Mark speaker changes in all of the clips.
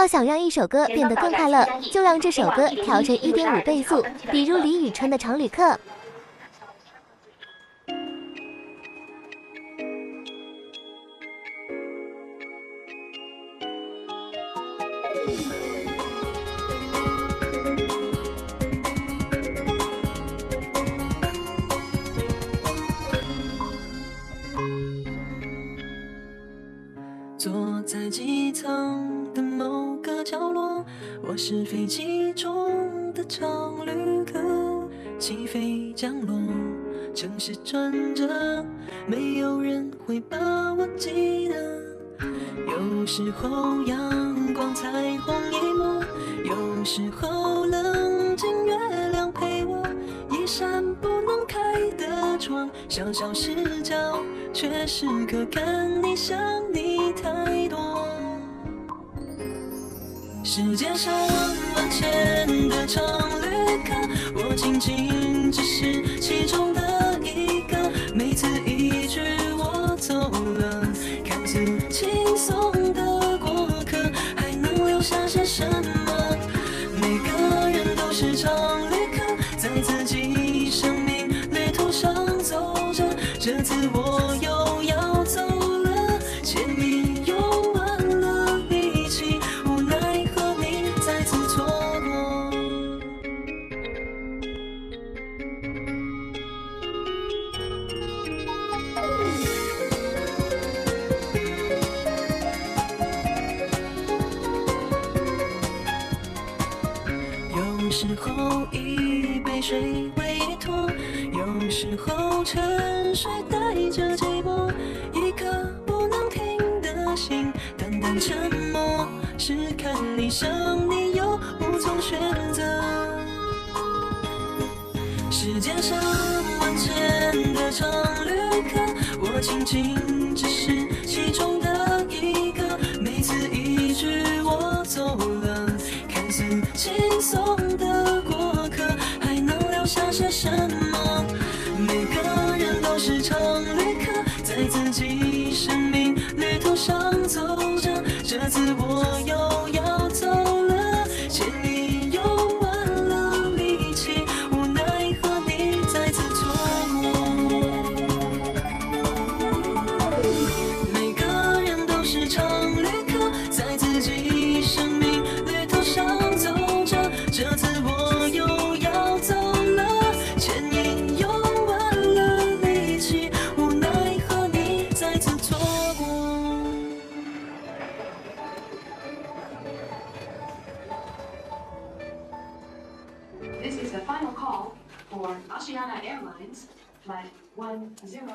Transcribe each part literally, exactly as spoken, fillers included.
Speaker 1: 要想让一首歌变得更快乐，就让这首歌调成 一点五 倍速，比如李宇春的《常旅客》。
Speaker 2: 坐在机舱的某个角落，我是飞机中的常旅客，起飞降落，城市转折，没有人会把我记得。有时候阳光彩虹一抹，有时候冷静月亮陪我，一扇不能开的窗，小小视角，却时刻看你想你太多。世界上万万千的常旅客，我仅仅只是其中的一个。每次一句我走了，看似轻松的过客，还能留下些什么？每个人都是常旅客，在自己生命旅途上走着。这次我又要走了，牵你用完了力气，无奈和你再次错过。有时候一杯水委托，有时候沉睡带着寂寞，一颗不能停的心，淡淡沉默，是看你想你又无从选择。世界上万千的常旅客，我仅仅只是其中的一个。每次一句我走了，看似轻松的过客，还能留下些什么？每个人都是常旅客，在自己生命旅途上走着。这次我又要走了，牵你用完了力气，无奈和你再次错过。每个人都是常旅客，在自己生命旅途上走着。这次我又要走了，牵你用完了力气，无奈和你再次错过。
Speaker 3: This is the final call for Asiana Airlines Flight one zero.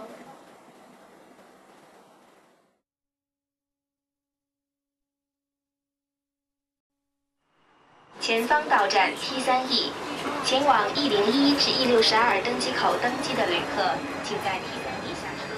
Speaker 4: 前方到站 T 三 E， 前往一零一至一六十二登机口登机的旅客，请在 T 三 E 下车。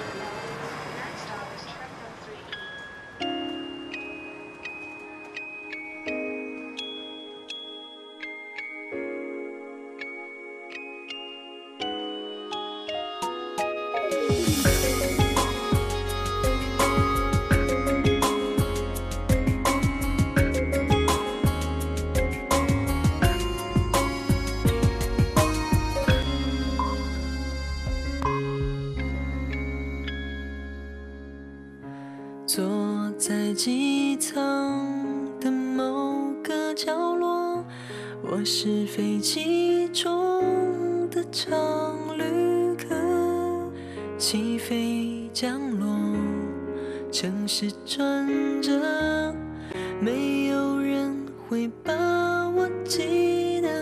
Speaker 2: 坐在机舱的某个角落，我是飞机中的常旅客，起飞降落，城市转折，没有人会把我记得。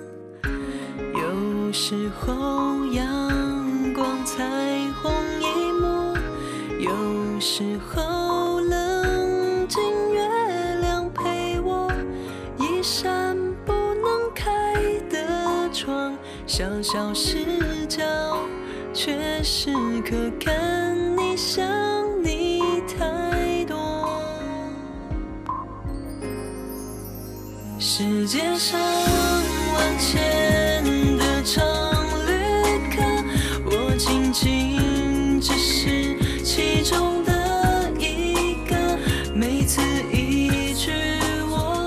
Speaker 2: 有时候阳光彩虹一抹，有时候冷静月亮陪我，一扇不能开的窗，小小视角，却时刻看你想你太多。世界上万千的常旅客，我仅仅只是其中的一个。每次一句我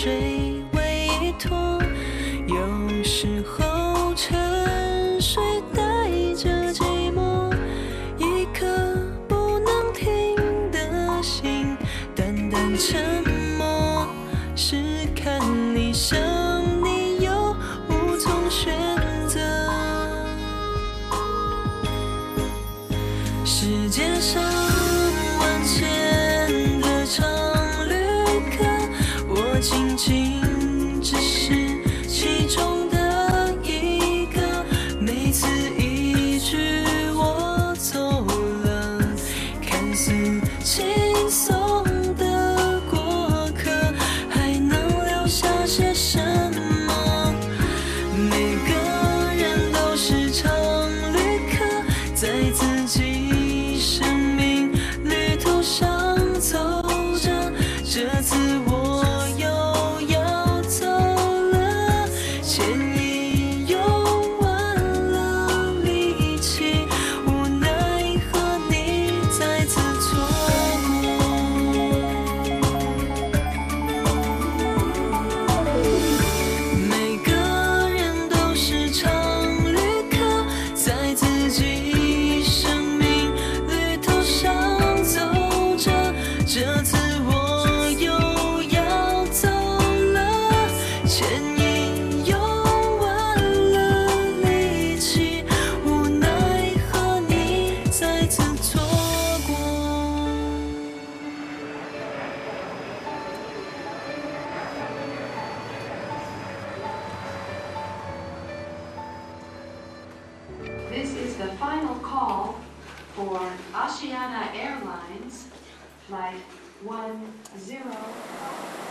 Speaker 2: 水委托，有时候沉睡带着寂寞，一颗不能停的心，淡淡沉默。是看你想你又无从选择，世界上万千的长旅客，我仅仅只是其中的一个，每次一句我走了，看似轻松的过客，还能留下些什么？每个人都是常旅客，在自己生命旅途上走着，这次我又要走了，牵引用完了力气，无奈和你再次错过。每个人都是常旅客，在自己生命旅途上走着，这次我又要走了，牵引用完了力气，无奈和你再次错过。
Speaker 3: This is the final call for Asiana Airlines, flight one zero